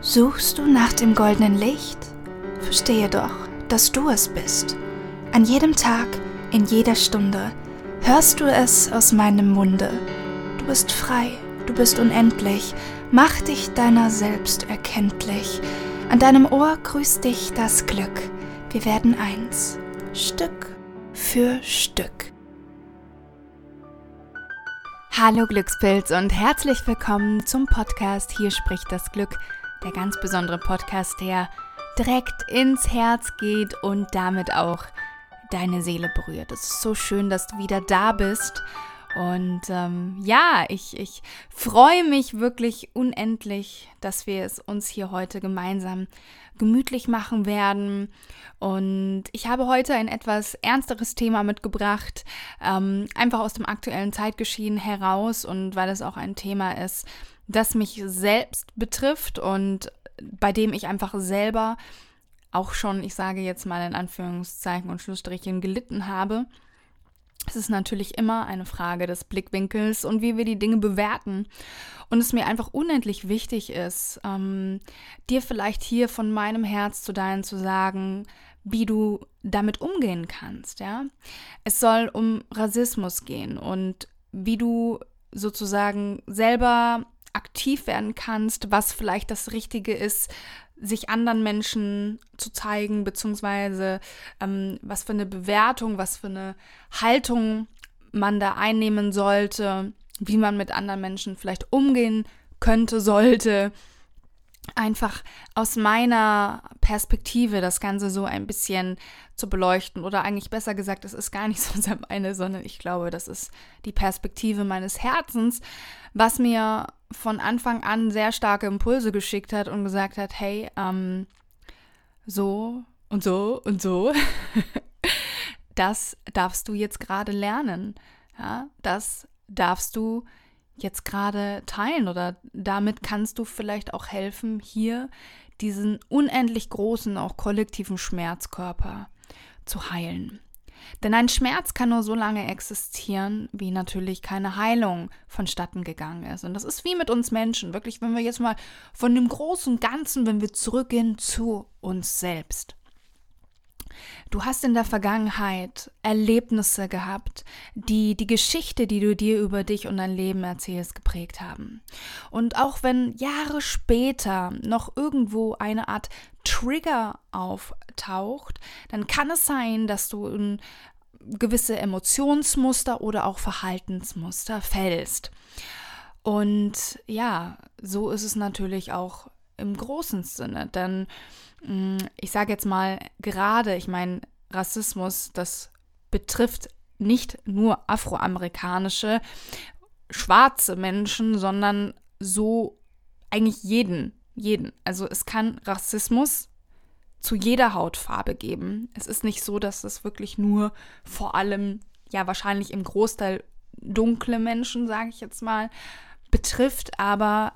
Suchst du nach dem goldenen Licht? Verstehe doch, dass du es bist. An jedem Tag, in jeder Stunde, hörst du es aus meinem Munde. Du bist frei, du bist unendlich, mach dich deiner selbst erkenntlich. An deinem Ohr grüßt dich das Glück. Wir werden eins, Stück für Stück. Hallo Glückspilz und herzlich willkommen zum Podcast Hier spricht das Glück. Der ganz besondere Podcast, der direkt ins Herz geht und damit auch deine Seele berührt. Es ist so schön, dass du wieder da bist. Und ich freue mich wirklich unendlich, dass wir es uns hier heute gemeinsam gemütlich machen werden. Und ich habe heute ein etwas ernsteres Thema mitgebracht, einfach aus dem aktuellen Zeitgeschehen heraus und weil es auch ein Thema ist, das mich selbst betrifft und bei dem ich einfach selber auch schon, ich sage jetzt mal in Anführungszeichen und Schlussstrichen, gelitten habe. Es ist natürlich immer eine Frage des Blickwinkels und wie wir die Dinge bewerten. Und es mir einfach unendlich wichtig ist, dir vielleicht hier von meinem Herz zu deinem zu sagen, wie du damit umgehen kannst. Ja? Es soll um Rassismus gehen und wie du sozusagen selber aktiv werden kannst, was vielleicht das Richtige ist, sich anderen Menschen zu zeigen, beziehungsweise was für eine Bewertung, was für eine Haltung man da einnehmen sollte, wie man mit anderen Menschen vielleicht umgehen könnte, sollte. Einfach aus meiner Perspektive das Ganze so ein bisschen zu beleuchten oder eigentlich besser gesagt, es ist gar nicht so sehr meine, sondern ich glaube, das ist die Perspektive meines Herzens, was mir von Anfang an sehr starke Impulse geschickt hat und gesagt hat, hey, so und so und so, das darfst du jetzt gerade lernen, ja, das darfst du jetzt gerade teilen oder damit kannst du vielleicht auch helfen, hier diesen unendlich großen, auch kollektiven Schmerzkörper zu heilen. Denn ein Schmerz kann nur so lange existieren, wie natürlich keine Heilung vonstatten gegangen ist. Und das ist wie mit uns Menschen, wirklich, wenn wir jetzt mal von dem großen Ganzen, wenn wir zurückgehen zu uns selbst. Du hast in der Vergangenheit Erlebnisse gehabt, die die Geschichte, die du dir über dich und dein Leben erzählst, geprägt haben. Und auch wenn Jahre später noch irgendwo eine Art Trigger auftaucht, dann kann es sein, dass du in gewisse Emotionsmuster oder auch Verhaltensmuster fällst. Und ja, so ist es natürlich auch im großen Sinne, denn ich sage jetzt mal gerade, ich meine, Rassismus, das betrifft nicht nur afroamerikanische, schwarze Menschen, sondern so eigentlich jeden. Also es kann Rassismus zu jeder Hautfarbe geben. Es ist nicht so, dass es wirklich nur vor allem, ja wahrscheinlich im Großteil dunkle Menschen, sage ich jetzt mal, betrifft, aber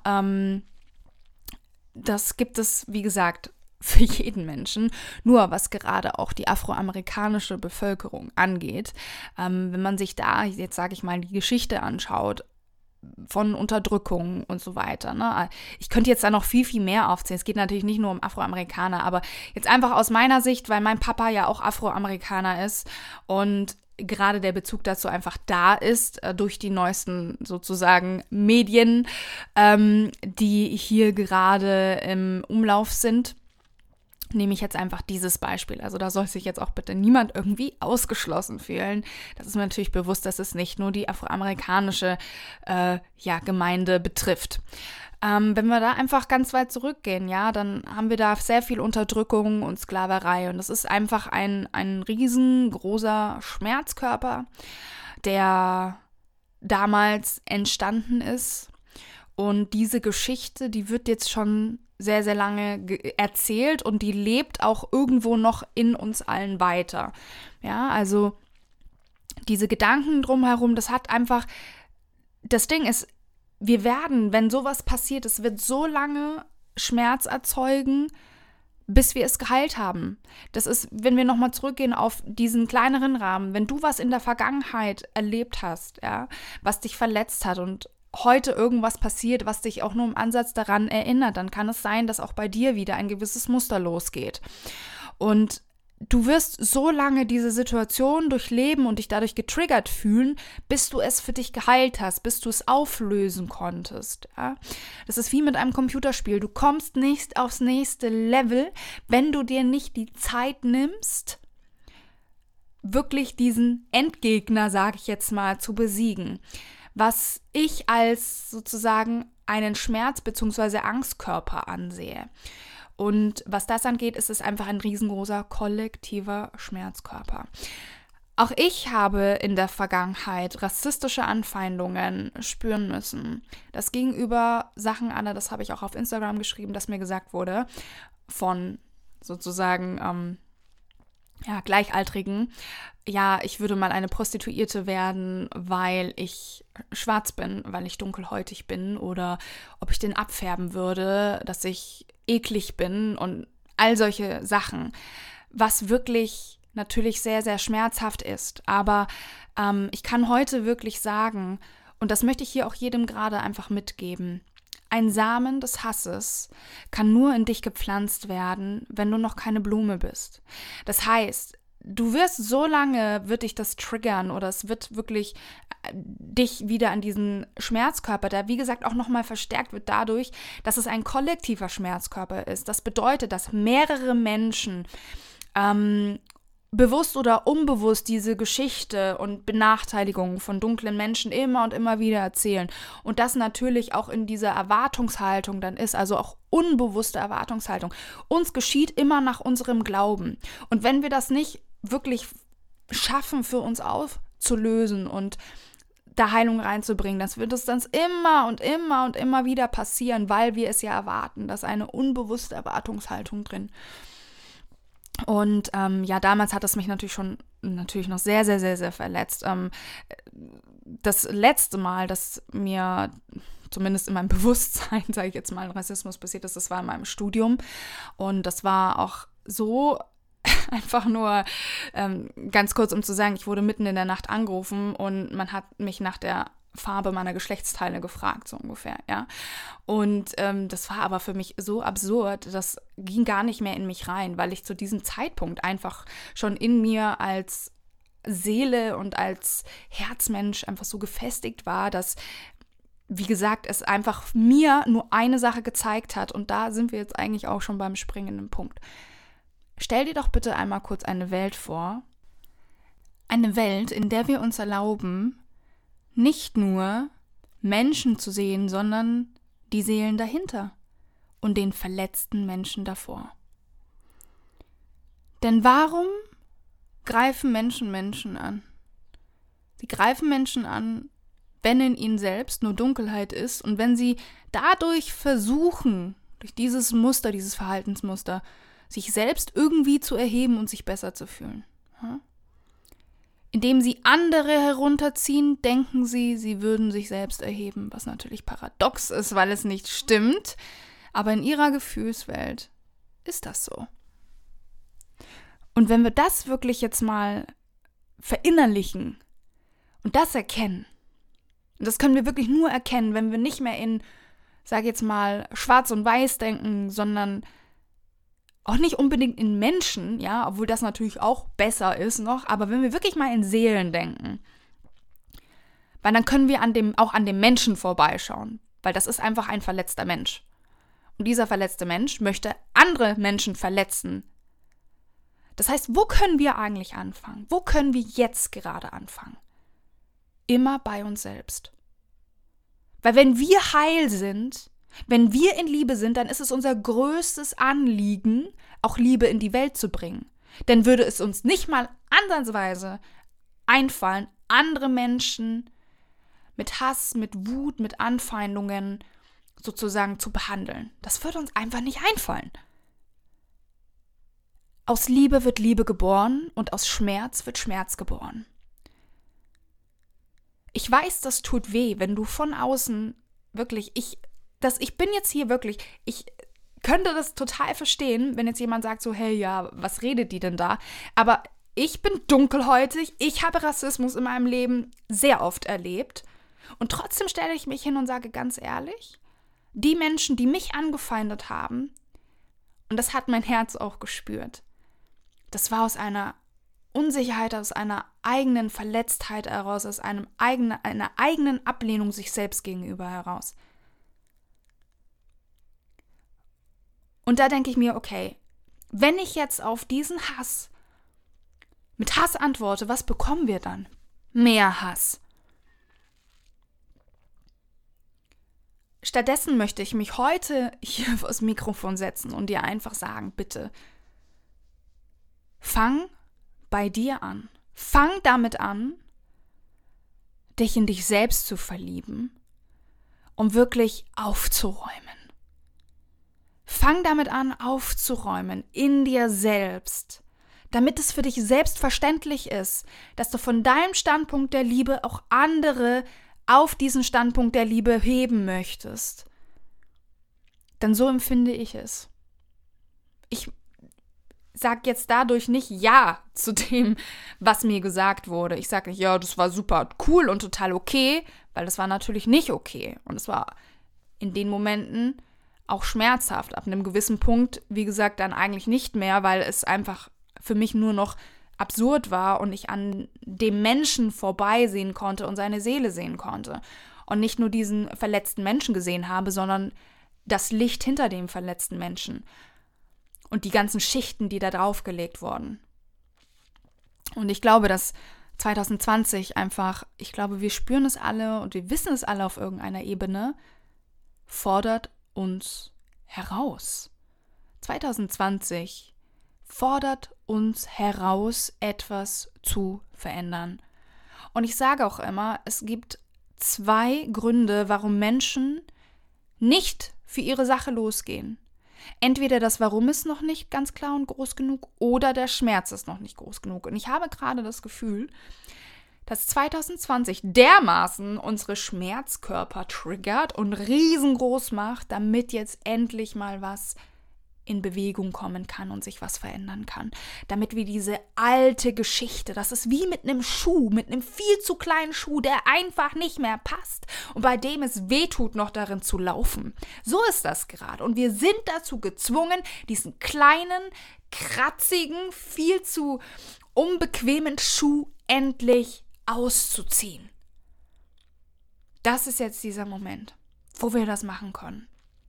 das gibt es, wie gesagt, für jeden Menschen, nur was gerade auch die afroamerikanische Bevölkerung angeht. Wenn man sich da, jetzt sage ich mal, die Geschichte anschaut, von Unterdrückung und so weiter. Ne? Ich könnte jetzt da noch viel, viel mehr aufzählen. Es geht natürlich nicht nur um Afroamerikaner, aber jetzt einfach aus meiner Sicht, weil mein Papa ja auch Afroamerikaner ist und gerade der Bezug dazu einfach da ist, durch die neuesten sozusagen Medien, die hier gerade im Umlauf sind. Nehme ich jetzt einfach dieses Beispiel. Also da soll sich jetzt auch bitte niemand irgendwie ausgeschlossen fühlen. Das ist mir natürlich bewusst, dass es nicht nur die afroamerikanische Gemeinde betrifft. Wenn wir da einfach ganz weit zurückgehen, ja, dann haben wir da sehr viel Unterdrückung und Sklaverei. Und das ist einfach ein riesengroßer Schmerzkörper, der damals entstanden ist. Und diese Geschichte, die wird jetzt schon sehr, sehr lange erzählt und die lebt auch irgendwo noch in uns allen weiter. Ja, also diese Gedanken drumherum, das hat einfach, das Ding ist, wir werden, wenn sowas passiert, es wird so lange Schmerz erzeugen, bis wir es geheilt haben. Das ist, wenn wir nochmal zurückgehen auf diesen kleineren Rahmen, wenn du was in der Vergangenheit erlebt hast, ja, was dich verletzt hat und heute irgendwas passiert, was dich auch nur im Ansatz daran erinnert, dann kann es sein, dass auch bei dir wieder ein gewisses Muster losgeht. Und du wirst so lange diese Situation durchleben und dich dadurch getriggert fühlen, bis du es für dich geheilt hast, bis du es auflösen konntest. Ja? Das ist wie mit einem Computerspiel. Du kommst nicht aufs nächste Level, wenn du dir nicht die Zeit nimmst, wirklich diesen Endgegner, sage ich jetzt mal, zu besiegen. Was ich als sozusagen einen Schmerz- bzw. Angstkörper ansehe. Und was das angeht, ist es einfach ein riesengroßer kollektiver Schmerzkörper. Auch ich habe in der Vergangenheit rassistische Anfeindungen spüren müssen. Das gegenüber Sachen, Anna, das habe ich auch auf Instagram geschrieben, dass mir gesagt wurde von sozusagen Gleichaltrigen, ja, ich würde mal eine Prostituierte werden, weil ich schwarz bin, weil ich dunkelhäutig bin oder ob ich den abfärben würde, dass ich eklig bin und all solche Sachen, was wirklich natürlich sehr, sehr schmerzhaft ist. Aber ich kann heute wirklich sagen, und das möchte ich hier auch jedem gerade einfach mitgeben, ein Samen des Hasses kann nur in dich gepflanzt werden, wenn du noch keine Blume bist. Das heißt, du wirst so lange, wird dich das triggern oder es wird wirklich dich wieder an diesen Schmerzkörper, der wie gesagt auch nochmal verstärkt wird dadurch, dass es ein kollektiver Schmerzkörper ist. Das bedeutet, dass mehrere Menschen bewusst oder unbewusst diese Geschichte und Benachteiligung von dunklen Menschen immer und immer wieder erzählen. Und das natürlich auch in dieser Erwartungshaltung dann ist, also auch unbewusste Erwartungshaltung. Uns geschieht immer nach unserem Glauben. Und wenn wir das nicht wirklich schaffen, für uns aufzulösen und da Heilung reinzubringen, das wird es dann immer und immer und immer wieder passieren, weil wir es ja erwarten. Da ist eine unbewusste Erwartungshaltung drin. Und damals hat es mich natürlich noch sehr, sehr, sehr, sehr verletzt. Das letzte Mal, dass mir zumindest in meinem Bewusstsein, sage ich jetzt mal, Rassismus passiert ist, das war in meinem Studium. Und das war auch so einfach nur, ganz kurz um zu sagen, ich wurde mitten in der Nacht angerufen und man hat mich nach der Farbe meiner Geschlechtsteile gefragt, so ungefähr, ja. Und das war aber für mich so absurd, das ging gar nicht mehr in mich rein, weil ich zu diesem Zeitpunkt einfach schon in mir als Seele und als Herzmensch einfach so gefestigt war, dass, wie gesagt, es einfach mir nur eine Sache gezeigt hat. Und da sind wir jetzt eigentlich auch schon beim springenden Punkt. Stell dir doch bitte einmal kurz eine Welt vor. Eine Welt, in der wir uns erlauben, nicht nur Menschen zu sehen, sondern die Seelen dahinter und den verletzten Menschen davor. Denn warum greifen Menschen Menschen an? Sie greifen Menschen an, wenn in ihnen selbst nur Dunkelheit ist und wenn sie dadurch versuchen, durch dieses Muster, dieses Verhaltensmuster, sich selbst irgendwie zu erheben und sich besser zu fühlen. Indem sie andere herunterziehen, denken sie, sie würden sich selbst erheben, was natürlich paradox ist, weil es nicht stimmt. Aber in ihrer Gefühlswelt ist das so. Und wenn wir das wirklich jetzt mal verinnerlichen und das erkennen, und das können wir wirklich nur erkennen, wenn wir nicht mehr in, sage jetzt mal, Schwarz und Weiß denken, sondern auch nicht unbedingt in Menschen, ja, obwohl das natürlich auch besser ist noch, aber wenn wir wirklich mal in Seelen denken, weil dann können wir auch an dem Menschen vorbeischauen, weil das ist einfach ein verletzter Mensch. Und dieser verletzte Mensch möchte andere Menschen verletzen. Das heißt, wo können wir eigentlich anfangen? Wo können wir jetzt gerade anfangen? Immer bei uns selbst. Weil wenn wir heil sind, wenn wir in Liebe sind, dann ist es unser größtes Anliegen, auch Liebe in die Welt zu bringen. Denn würde es uns nicht mal ansatzweise einfallen, andere Menschen mit Hass, mit Wut, mit Anfeindungen sozusagen zu behandeln. Das würde uns einfach nicht einfallen. Aus Liebe wird Liebe geboren und aus Schmerz wird Schmerz geboren. Ich weiß, das tut weh, wenn du von außen wirklich, ich bin jetzt hier wirklich, ich könnte das total verstehen, wenn jetzt jemand sagt so, hey, ja, was redet die denn da? Aber ich bin dunkelhäutig, ich habe Rassismus in meinem Leben sehr oft erlebt Und trotzdem stelle ich mich hin und sage ganz ehrlich, die Menschen, die mich angefeindet haben, und das hat mein Herz auch gespürt, das war aus einer Unsicherheit, aus einer eigenen Verletztheit heraus, aus einer eigenen Ablehnung sich selbst gegenüber heraus. Und da denke ich mir, okay, wenn ich jetzt auf diesen Hass mit Hass antworte, was bekommen wir dann? Mehr Hass. Stattdessen möchte ich mich heute hier vors Mikrofon setzen und dir einfach sagen, bitte, fang bei dir an. Fang damit an, dich in dich selbst zu verlieben, um wirklich aufzuräumen. Fang damit an, aufzuräumen in dir selbst, damit es für dich selbstverständlich ist, dass du von deinem Standpunkt der Liebe auch andere auf diesen Standpunkt der Liebe heben möchtest. Denn so empfinde ich es. Ich sage jetzt dadurch nicht Ja zu dem, was mir gesagt wurde. Ich sage nicht, ja, das war super cool und total okay, weil das war natürlich nicht okay. Und es war in den Momenten auch schmerzhaft. Ab einem gewissen Punkt, wie gesagt, dann eigentlich nicht mehr, weil es einfach für mich nur noch absurd war und ich an dem Menschen vorbeisehen konnte und seine Seele sehen konnte. Und nicht nur diesen verletzten Menschen gesehen habe, sondern das Licht hinter dem verletzten Menschen. Und die ganzen Schichten, die da draufgelegt wurden. Und ich glaube, dass 2020 einfach, ich glaube, wir spüren es alle und wir wissen es alle auf irgendeiner Ebene, fordert uns heraus. 2020 fordert uns heraus, etwas zu verändern. Und ich sage auch immer, es gibt 2 Gründe, warum Menschen nicht für ihre Sache losgehen. Entweder das Warum ist noch nicht ganz klar und groß genug oder der Schmerz ist noch nicht groß genug. Und ich habe gerade das Gefühl, dass 2020 dermaßen unsere Schmerzkörper triggert und riesengroß macht, damit jetzt endlich mal was in Bewegung kommen kann und sich was verändern kann. Damit wir diese alte Geschichte, das ist wie mit einem Schuh, mit einem viel zu kleinen Schuh, der einfach nicht mehr passt und bei dem es wehtut, noch darin zu laufen. So ist das gerade. Und wir sind dazu gezwungen, diesen kleinen, kratzigen, viel zu unbequemen Schuh endlich auszuziehen. Das ist jetzt dieser Moment, wo wir das machen können.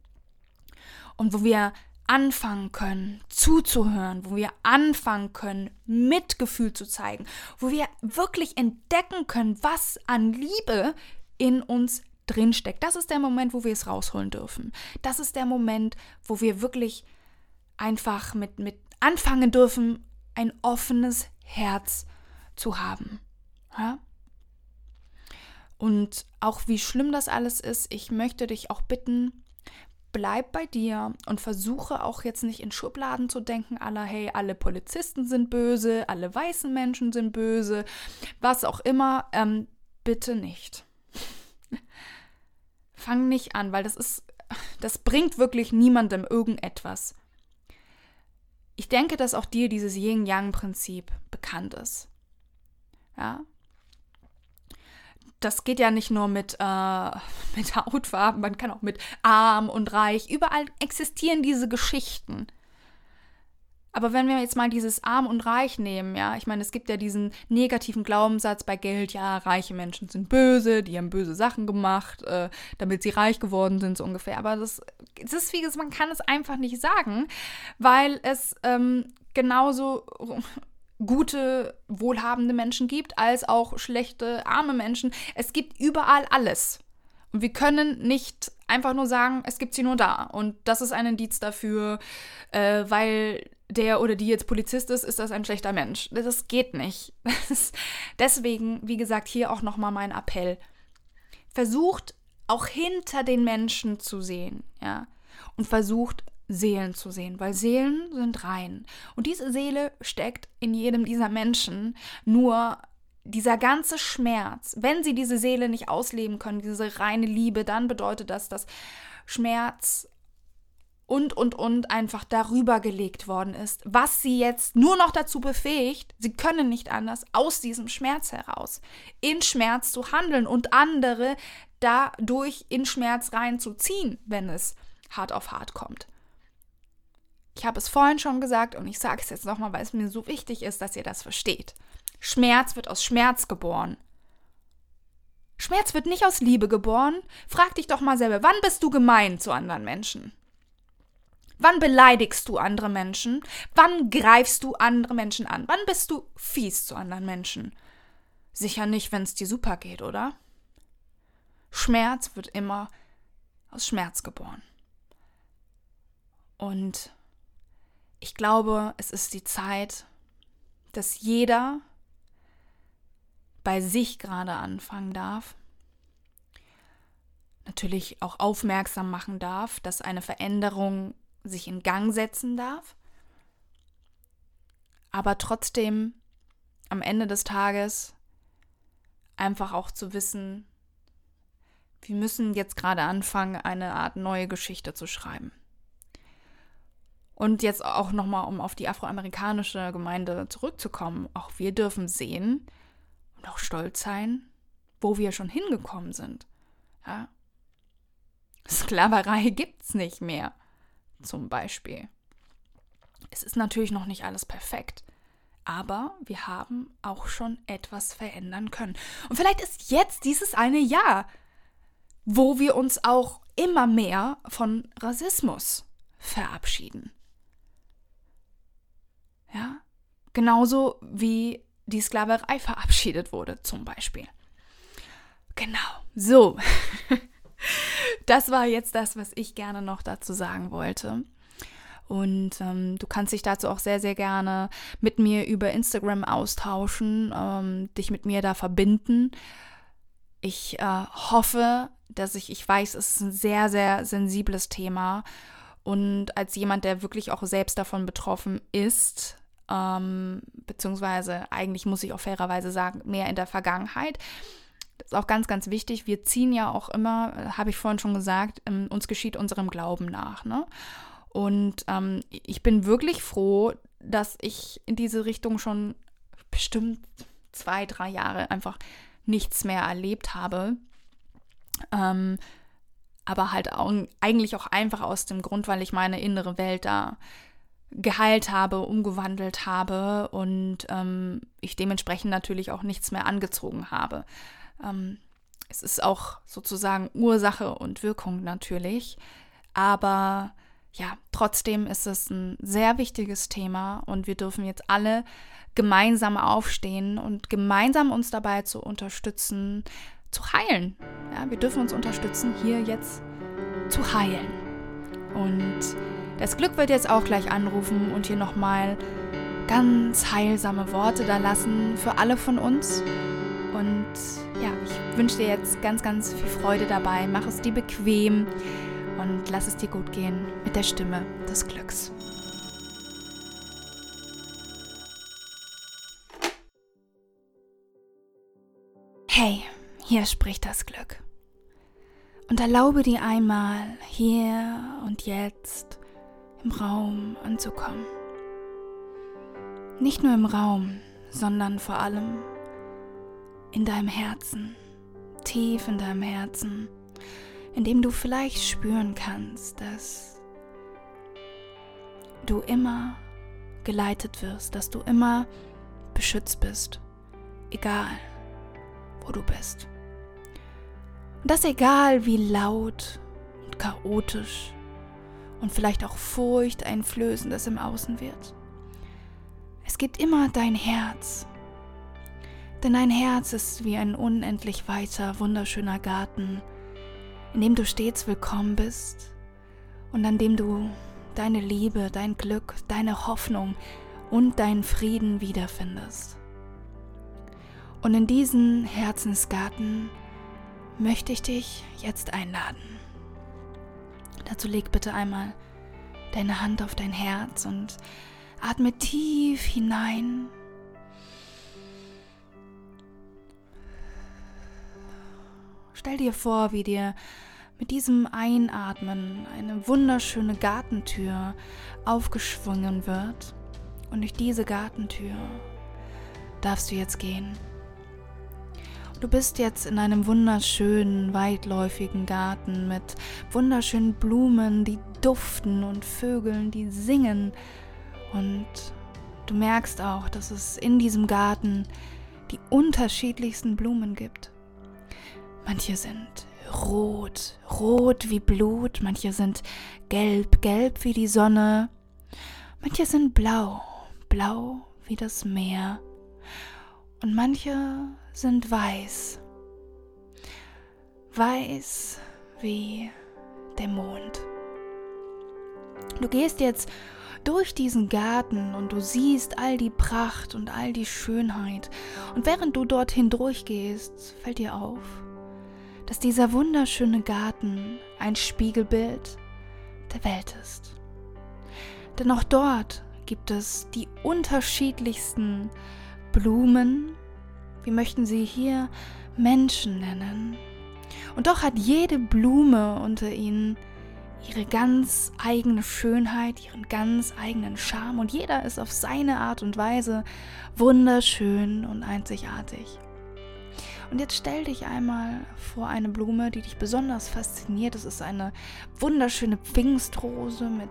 Und wo wir anfangen können, zuzuhören, wo wir anfangen können, Mitgefühl zu zeigen, wo wir wirklich entdecken können, was an Liebe in uns drinsteckt. Das ist der Moment, wo wir es rausholen dürfen. Das ist der Moment, wo wir wirklich einfach mit anfangen dürfen, ein offenes Herz zu haben. Ja? Und auch wie schlimm das alles ist, ich möchte dich auch bitten, bleib bei dir und versuche auch jetzt nicht in Schubladen zu denken, hey, alle Polizisten sind böse, alle weißen Menschen sind böse, was auch immer, bitte nicht. Fang nicht an, weil das bringt wirklich niemandem irgendetwas. Ich denke, dass auch dir dieses Yin-Yang-Prinzip bekannt ist. Ja? Das geht ja nicht nur mit Hautfarben, man kann auch mit arm und reich, überall existieren diese Geschichten. Aber wenn wir jetzt mal dieses arm und reich nehmen, ja, ich meine, es gibt ja diesen negativen Glaubenssatz bei Geld, ja, reiche Menschen sind böse, die haben böse Sachen gemacht, damit sie reich geworden sind, so ungefähr. Aber das ist, wie gesagt, man kann es einfach nicht sagen, weil es genauso gute, wohlhabende Menschen gibt, als auch schlechte, arme Menschen. Es gibt überall alles. Und wir können nicht einfach nur sagen, es gibt sie nur da. Und das ist ein Indiz dafür, weil der oder die jetzt Polizist ist das ein schlechter Mensch. Das geht nicht. Deswegen, wie gesagt, hier auch nochmal mein Appell. Versucht auch hinter den Menschen zu sehen, ja, und versucht Seelen zu sehen, weil Seelen sind rein. Und diese Seele steckt in jedem dieser Menschen, nur dieser ganze Schmerz, wenn sie diese Seele nicht ausleben können, diese reine Liebe, dann bedeutet das, dass Schmerz und einfach darüber gelegt worden ist, was sie jetzt nur noch dazu befähigt, sie können nicht anders, aus diesem Schmerz heraus, in Schmerz zu handeln und andere dadurch in Schmerz reinzuziehen, wenn es hart auf hart kommt. Ich habe es vorhin schon gesagt und ich sage es jetzt nochmal, weil es mir so wichtig ist, dass ihr das versteht. Schmerz wird aus Schmerz geboren. Schmerz wird nicht aus Liebe geboren. Frag dich doch mal selber, wann bist du gemein zu anderen Menschen? Wann beleidigst du andere Menschen? Wann greifst du andere Menschen an? Wann bist du fies zu anderen Menschen? Sicher nicht, wenn es dir super geht, oder? Schmerz wird immer aus Schmerz geboren. Und ich glaube, es ist die Zeit, dass jeder bei sich gerade anfangen darf, natürlich auch aufmerksam machen darf, dass eine Veränderung sich in Gang setzen darf, aber trotzdem am Ende des Tages einfach auch zu wissen, wir müssen jetzt gerade anfangen, eine Art neue Geschichte zu schreiben. Und jetzt auch nochmal, um auf die afroamerikanische Gemeinde zurückzukommen, auch wir dürfen sehen und auch stolz sein, wo wir schon hingekommen sind. Ja? Sklaverei gibt's nicht mehr. Zum Beispiel. Es ist natürlich noch nicht alles perfekt, aber wir haben auch schon etwas verändern können. Und vielleicht ist jetzt dieses eine Jahr, wo wir uns auch immer mehr von Rassismus verabschieden. Ja, genauso wie die Sklaverei verabschiedet wurde, zum Beispiel. Genau, so. Das war jetzt das, was ich gerne noch dazu sagen wollte. Und du kannst dich dazu auch sehr, sehr gerne mit mir über Instagram austauschen, dich mit mir da verbinden. Ich hoffe, dass ich weiß, es ist ein sehr, sehr sensibles Thema. Und als jemand, der wirklich auch selbst davon betroffen ist, beziehungsweise eigentlich muss ich auch fairerweise sagen, mehr in der Vergangenheit. Das ist auch ganz, ganz wichtig. Wir ziehen ja auch immer, habe ich vorhin schon gesagt, uns geschieht unserem Glauben nach. Ne? Und ich bin wirklich froh, dass ich in diese Richtung schon bestimmt 2-3 Jahre einfach nichts mehr erlebt habe. Aber halt auch, eigentlich auch einfach aus dem Grund, weil ich meine innere Welt da geheilt habe, umgewandelt habe und ich dementsprechend natürlich auch nichts mehr angezogen habe. Es ist auch sozusagen Ursache und Wirkung natürlich, aber ja, trotzdem ist es ein sehr wichtiges Thema und wir dürfen jetzt alle gemeinsam aufstehen und gemeinsam uns dabei zu unterstützen, zu heilen. Ja, wir dürfen uns unterstützen, hier jetzt zu heilen. Und das Glück wird jetzt auch gleich anrufen und hier nochmal ganz heilsame Worte da lassen für alle von uns. Und ja, ich wünsche dir jetzt ganz, ganz viel Freude dabei. Mach es dir bequem und lass es dir gut gehen mit der Stimme des Glücks. Hey, hier spricht das Glück. Und erlaube dir einmal, hier und jetzt im Raum anzukommen. Nicht nur im Raum, sondern vor allem in deinem Herzen, tief in deinem Herzen, in dem du vielleicht spüren kannst, dass du immer geleitet wirst, dass du immer beschützt bist, egal wo du bist. Und das egal, wie laut und chaotisch und vielleicht auch furchteinflößend es im Außen wird. Es gibt immer dein Herz. Denn dein Herz ist wie ein unendlich weiter, wunderschöner Garten, in dem du stets willkommen bist und an dem du deine Liebe, dein Glück, deine Hoffnung und deinen Frieden wiederfindest. Und in diesen Herzensgarten möchte ich dich jetzt einladen. Dazu leg bitte einmal deine Hand auf dein Herz und atme tief hinein. Stell dir vor, wie dir mit diesem Einatmen eine wunderschöne Gartentür aufgeschwungen wird. Und durch diese Gartentür darfst du jetzt gehen. Du bist jetzt in einem wunderschönen, weitläufigen Garten mit wunderschönen Blumen, die duften und Vögeln, die singen. Und du merkst auch, dass es in diesem Garten die unterschiedlichsten Blumen gibt. Manche sind rot, rot wie Blut, manche sind gelb, gelb wie die Sonne, manche sind blau, blau wie das Meer und manche sind weiß, weiß wie der Mond. Du gehst jetzt durch diesen Garten und du siehst all die Pracht und all die Schönheit und während du dorthin durchgehst, fällt dir auf, dass dieser wunderschöne Garten ein Spiegelbild der Welt ist. Denn auch dort gibt es die unterschiedlichsten Blumen, wir möchten sie hier Menschen nennen. Und doch hat jede Blume unter ihnen ihre ganz eigene Schönheit, ihren ganz eigenen Charme und jeder ist auf seine Art und Weise wunderschön und einzigartig. Und jetzt stell dich einmal vor eine Blume, die dich besonders fasziniert. Es ist eine wunderschöne Pfingstrose mit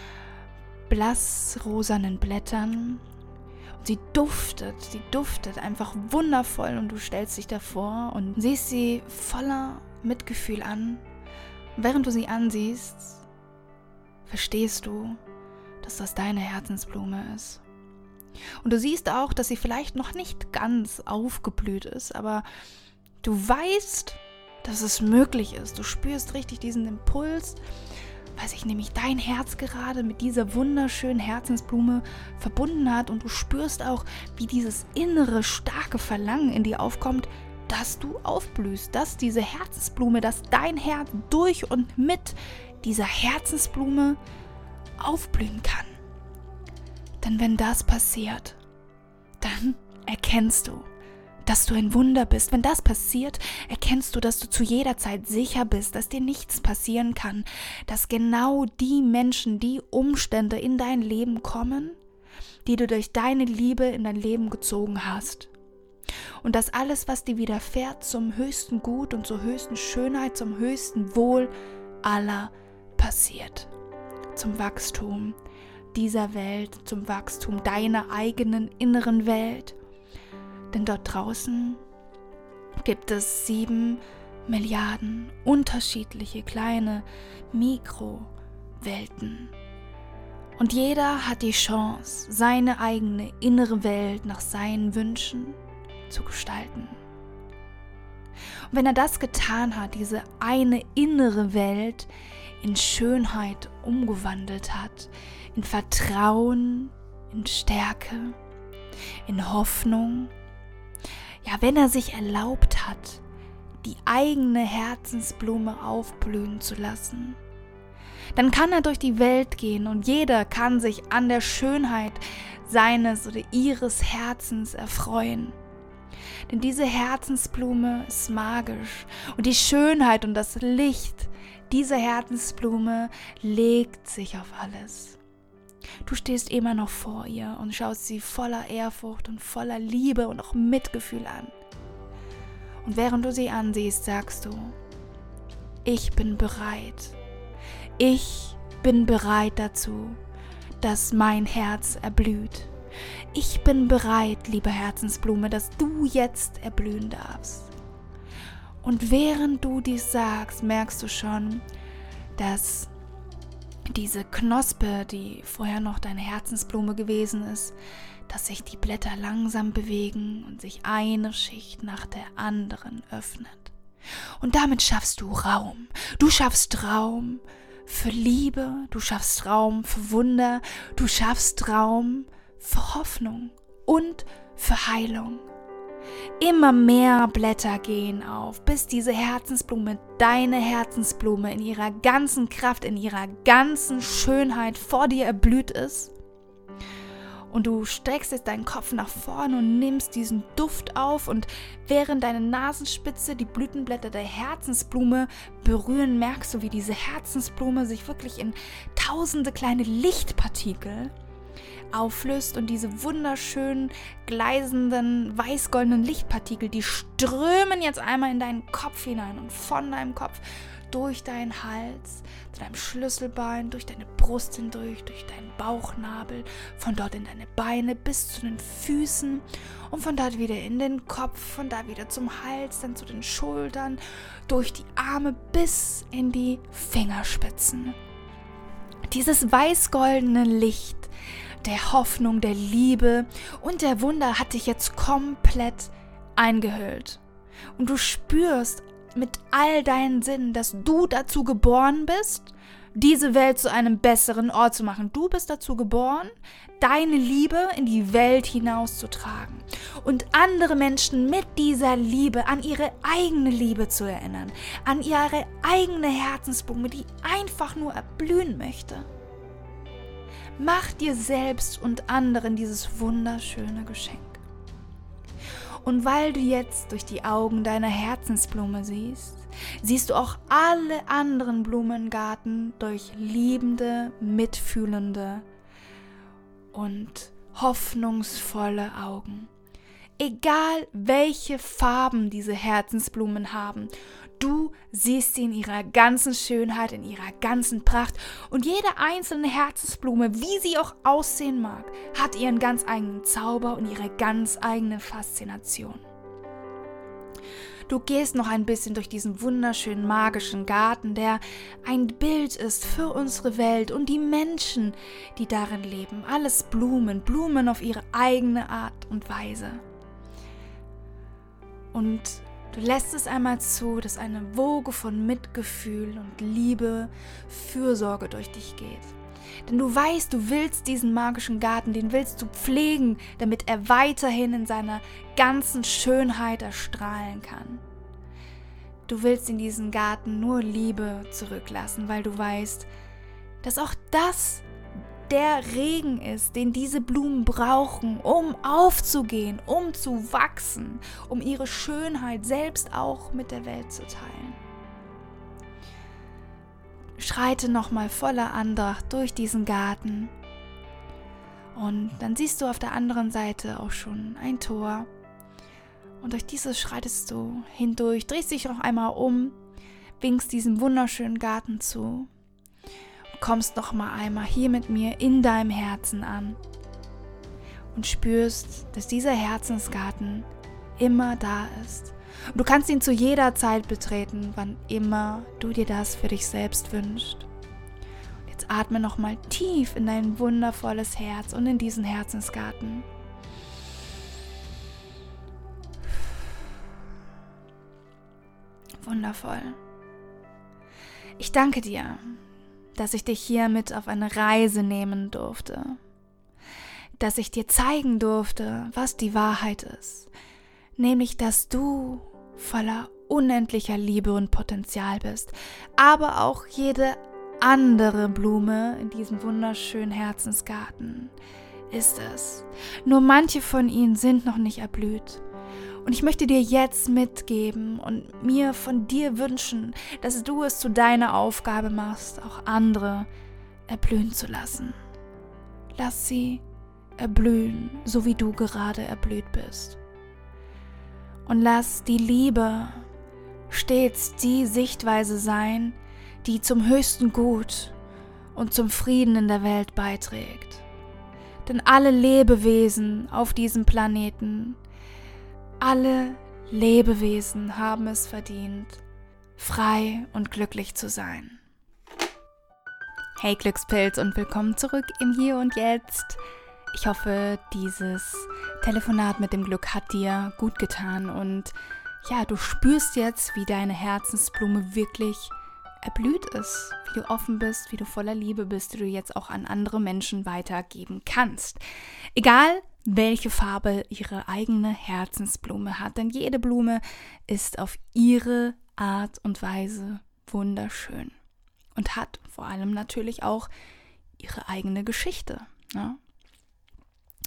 blassrosanen Blättern. Und sie duftet einfach wundervoll und du stellst dich davor und siehst sie voller Mitgefühl an. Und während du sie ansiehst, verstehst du, dass das deine Herzensblume ist. Und du siehst auch, dass sie vielleicht noch nicht ganz aufgeblüht ist, aber du weißt, dass es möglich ist. Du spürst richtig diesen Impuls, weil sich nämlich dein Herz gerade mit dieser wunderschönen Herzensblume verbunden hat und du spürst auch, wie dieses innere, starke Verlangen in dir aufkommt, dass du aufblühst, dass diese Herzensblume, dass dein Herz durch und mit dieser Herzensblume aufblühen kann. Denn wenn das passiert, dann erkennst du, dass du ein Wunder bist. Wenn das passiert, erkennst du, dass du zu jeder Zeit sicher bist, dass dir nichts passieren kann, dass genau die Menschen, die Umstände in dein Leben kommen, die du durch deine Liebe in dein Leben gezogen hast. Und dass alles, was dir widerfährt, zum höchsten Gut und zur höchsten Schönheit, zum höchsten Wohl aller passiert. Zum Wachstum dieser Welt, zum Wachstum deiner eigenen inneren Welt. Denn dort draußen gibt es 7 Milliarden unterschiedliche kleine Mikrowelten. Und jeder hat die Chance, seine eigene innere Welt nach seinen Wünschen zu gestalten. Und wenn er das getan hat, diese eine innere Welt in Schönheit umgewandelt hat, in Vertrauen, in Stärke, in Hoffnung, ja, wenn er sich erlaubt hat, die eigene Herzensblume aufblühen zu lassen, dann kann er durch die Welt gehen und jeder kann sich an der Schönheit seines oder ihres Herzens erfreuen. Denn diese Herzensblume ist magisch und die Schönheit und das Licht dieser Herzensblume legt sich auf alles. Du stehst immer noch vor ihr und schaust sie voller Ehrfurcht und voller Liebe und auch Mitgefühl an. Und während du sie ansiehst, sagst du, ich bin bereit. Ich bin bereit dazu, dass mein Herz erblüht. Ich bin bereit, liebe Herzensblume, dass du jetzt erblühen darfst. Und während du dies sagst, merkst du schon, dass diese Knospe, die vorher noch deine Herzensblume gewesen ist, dass sich die Blätter langsam bewegen und sich eine Schicht nach der anderen öffnet. Und damit schaffst du Raum. Du schaffst Raum für Liebe, du schaffst Raum für Wunder, du schaffst Raum für Hoffnung und für Heilung. Immer mehr Blätter gehen auf, bis diese Herzensblume, deine Herzensblume in ihrer ganzen Kraft, in ihrer ganzen Schönheit vor dir erblüht ist. Und du streckst jetzt deinen Kopf nach vorne und nimmst diesen Duft auf und während deine Nasenspitze die Blütenblätter der Herzensblume berühren, merkst du, wie diese Herzensblume sich wirklich in tausende kleine Lichtpartikel auflöst und diese wunderschönen, gleißenden, weiß-goldenen Lichtpartikel, die strömen jetzt einmal in deinen Kopf hinein und von deinem Kopf durch deinen Hals, zu deinem Schlüsselbein, durch deine Brust hindurch, durch deinen Bauchnabel, von dort in deine Beine bis zu den Füßen und von dort wieder in den Kopf, von da wieder zum Hals, dann zu den Schultern, durch die Arme bis in die Fingerspitzen. Dieses weiß-goldene Licht der Hoffnung, der Liebe und der Wunder hat dich jetzt komplett eingehüllt. Und du spürst mit all deinen Sinnen, dass du dazu geboren bist, diese Welt zu einem besseren Ort zu machen. Du bist dazu geboren, deine Liebe in die Welt hinauszutragen und andere Menschen mit dieser Liebe an ihre eigene Liebe zu erinnern, an ihre eigene Herzensblume, die einfach nur erblühen möchte. Mach dir selbst und anderen dieses wunderschöne Geschenk. Und weil du jetzt durch die Augen deiner Herzensblume siehst du auch alle anderen Blumen im Garten durch liebende, mitfühlende und hoffnungsvolle Augen. Egal welche Farben diese Herzensblumen haben, du siehst sie in ihrer ganzen Schönheit, in ihrer ganzen Pracht und jede einzelne Herzensblume, wie sie auch aussehen mag, hat ihren ganz eigenen Zauber und ihre ganz eigene Faszination. Du gehst noch ein bisschen durch diesen wunderschönen magischen Garten, der ein Bild ist für unsere Welt und die Menschen, die darin leben. Alles Blumen, Blumen auf ihre eigene Art und Weise. Und du lässt es einmal zu, dass eine Woge von Mitgefühl und Liebe, Fürsorge durch dich geht. Denn du weißt, du willst diesen magischen Garten, den willst du pflegen, damit er weiterhin in seiner ganzen Schönheit erstrahlen kann. Du willst in diesen Garten nur Liebe zurücklassen, weil du weißt, dass auch das der Regen ist, den diese Blumen brauchen, um aufzugehen, um zu wachsen, um ihre Schönheit selbst auch mit der Welt zu teilen. Schreite nochmal voller Andacht durch diesen Garten und dann siehst du auf der anderen Seite auch schon ein Tor und durch dieses schreitest du hindurch, drehst dich noch einmal um, winkst diesem wunderschönen Garten zu, kommst noch mal einmal hier mit mir in deinem Herzen an und spürst, dass dieser Herzensgarten immer da ist. Und du kannst ihn zu jeder Zeit betreten, wann immer du dir das für dich selbst wünschst. Und jetzt atme noch mal tief in dein wundervolles Herz und in diesen Herzensgarten. Wundervoll. Ich danke dir, dass ich dich hier mit auf eine Reise nehmen durfte, dass ich dir zeigen durfte, was die Wahrheit ist, nämlich, dass du voller unendlicher Liebe und Potenzial bist, aber auch jede andere Blume in diesem wunderschönen Herzensgarten ist es. Nur manche von ihnen sind noch nicht erblüht. Und ich möchte dir jetzt mitgeben und mir von dir wünschen, dass du es zu deiner Aufgabe machst, auch andere erblühen zu lassen. Lass sie erblühen, so wie du gerade erblüht bist. Und lass die Liebe stets die Sichtweise sein, die zum höchsten Gut und zum Frieden in der Welt beiträgt. Denn alle Lebewesen auf diesem Planeten, alle Lebewesen haben es verdient, frei und glücklich zu sein. Hey Glückspilz und willkommen zurück im Hier und Jetzt. Ich hoffe, dieses Telefonat mit dem Glück hat dir gut getan und ja, du spürst jetzt, wie deine Herzensblume wirklich erblüht ist, wie du offen bist, wie du voller Liebe bist, die du jetzt auch an andere Menschen weitergeben kannst. Egal, welche Farbe ihre eigene Herzensblume hat, denn jede Blume ist auf ihre Art und Weise wunderschön und hat vor allem natürlich auch ihre eigene Geschichte. Ja?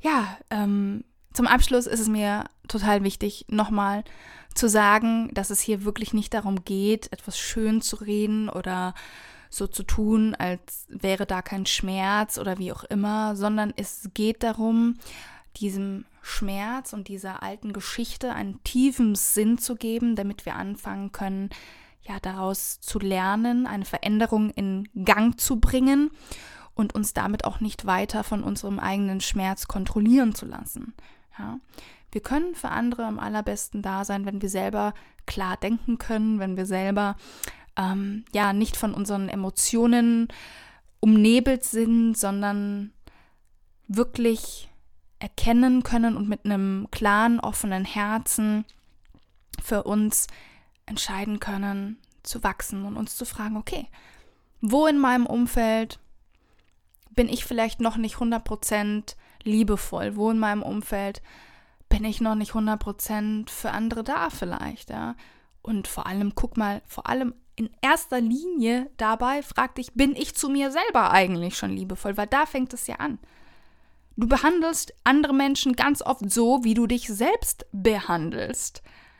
zum Abschluss ist es mir total wichtig, nochmal zu sagen, dass es hier wirklich nicht darum geht, etwas schön zu reden oder so zu tun, als wäre da kein Schmerz oder wie auch immer, sondern es geht darum, diesem Schmerz und dieser alten Geschichte einen tiefen Sinn zu geben, damit wir anfangen können, daraus zu lernen, eine Veränderung in Gang zu bringen und uns damit auch nicht weiter von unserem eigenen Schmerz kontrollieren zu lassen. Ja. Wir können für andere am allerbesten da sein, wenn wir selber klar denken können, wenn wir selber nicht von unseren Emotionen umnebelt sind, sondern wirklich erkennen können und mit einem klaren, offenen Herzen für uns entscheiden können, zu wachsen und uns zu fragen, okay, wo in meinem Umfeld bin ich vielleicht noch nicht 100% liebevoll? Wo in meinem Umfeld bin ich noch nicht 100% für andere da vielleicht? Ja? Und vor allem in erster Linie dabei frag dich, bin ich zu mir selber eigentlich schon liebevoll? Weil da fängt es ja an. Du behandelst andere Menschen ganz oft so, wie du dich selbst behandelst.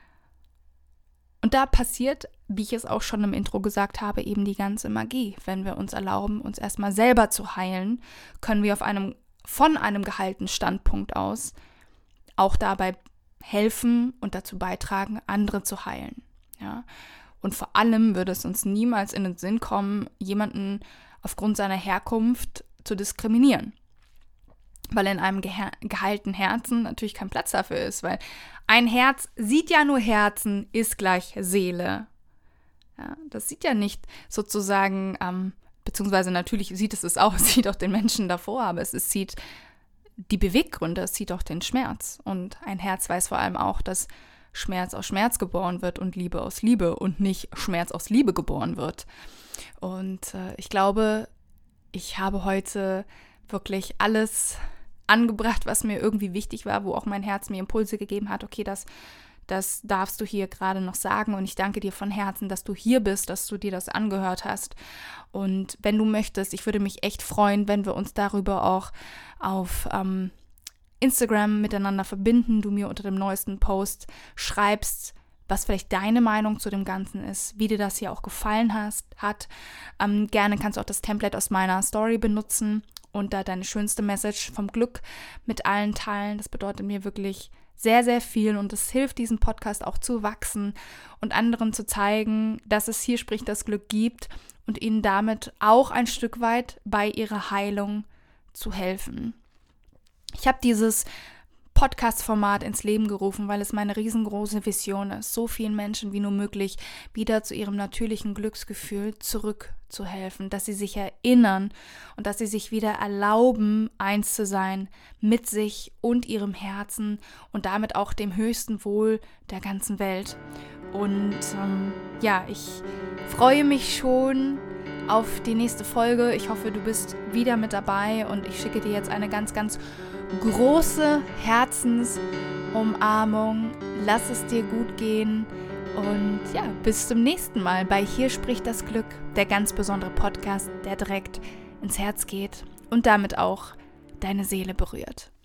Und da passiert, wie ich es auch schon im Intro gesagt habe, eben die ganze Magie. Wenn wir uns erlauben, uns erstmal selber zu heilen, können wir von einem geheilten Standpunkt aus auch dabei helfen und dazu beitragen, andere zu heilen. Ja? Und vor allem würde es uns niemals in den Sinn kommen, jemanden aufgrund seiner Herkunft zu diskriminieren. Weil in einem geheilten Herzen natürlich kein Platz dafür ist, weil ein Herz sieht ja nur Herzen, ist gleich Seele. Ja, das sieht ja nicht sozusagen, beziehungsweise natürlich sieht es auch, es sieht auch den Menschen davor, aber es sieht die Beweggründe, es sieht auch den Schmerz. Und ein Herz weiß vor allem auch, dass Schmerz aus Schmerz geboren wird und Liebe aus Liebe und nicht Schmerz aus Liebe geboren wird. Und ich glaube, ich habe heute wirklich alles angebracht, was mir irgendwie wichtig war, wo auch mein Herz mir Impulse gegeben hat, okay, das darfst du hier gerade noch sagen und ich danke dir von Herzen, dass du hier bist, dass du dir das angehört hast und wenn du möchtest, ich würde mich echt freuen, wenn wir uns darüber auch auf Instagram miteinander verbinden, du mir unter dem neuesten Post schreibst, was vielleicht deine Meinung zu dem Ganzen ist, wie dir das hier auch gefallen hat. Gerne kannst du auch das Template aus meiner Story benutzen und da deine schönste Message vom Glück mit allen teilen. Das bedeutet mir wirklich sehr, sehr viel und es hilft diesem Podcast auch zu wachsen und anderen zu zeigen, dass es hier spricht das Glück gibt und ihnen damit auch ein Stück weit bei ihrer Heilung zu helfen. Ich habe dieses Podcast-Format ins Leben gerufen, weil es meine riesengroße Vision ist, so vielen Menschen wie nur möglich wieder zu ihrem natürlichen Glücksgefühl zurückzuhelfen, dass sie sich erinnern und dass sie sich wieder erlauben, eins zu sein mit sich und ihrem Herzen und damit auch dem höchsten Wohl der ganzen Welt. Und ich freue mich schon auf die nächste Folge. Ich hoffe, du bist wieder mit dabei und ich schicke dir jetzt eine ganz, ganz große Herzensumarmung. Lass es dir gut gehen und bis zum nächsten Mal bei Hier spricht das Glück, der ganz besondere Podcast, der direkt ins Herz geht und damit auch deine Seele berührt.